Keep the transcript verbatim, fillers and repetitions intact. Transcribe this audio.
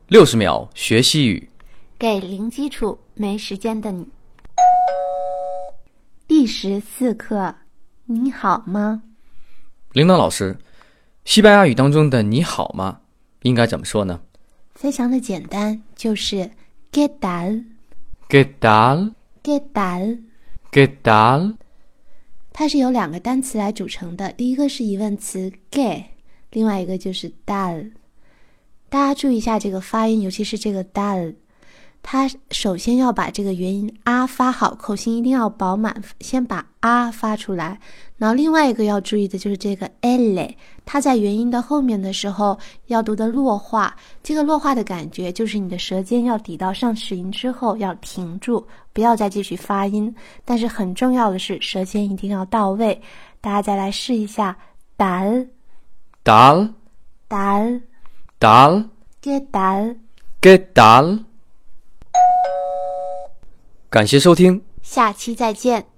六十秒学西语， 给零基础没时间的你。第十四课，你好吗？ 铃铛老师，西班牙语当中的你好吗应该怎么说呢？ 非常的简单，就是 ¿Qué tal? ¿Qué tal? ¿Qué tal? ¿Qué tal? 它是由两个单词来组成的，第一个是疑问词 ¿qué?另外一个就是 tal。 大家注意一下这个发音，尤其是这个 tal， 它首先要把这个元音啊发好，口型一定要饱满，先把啊发出来。然后另外一个要注意的就是这个 L， 它在元音的后面的时候要读的弱化，这个弱化的感觉就是你的舌尖要抵到上齿龈之后要停住，不要再继续发音。但是很重要的是舌尖一定要到位，大家再来试一下 tal tal tal tal ¿Qué tal? ¿Qué tal? 感谢收听， 下期再见。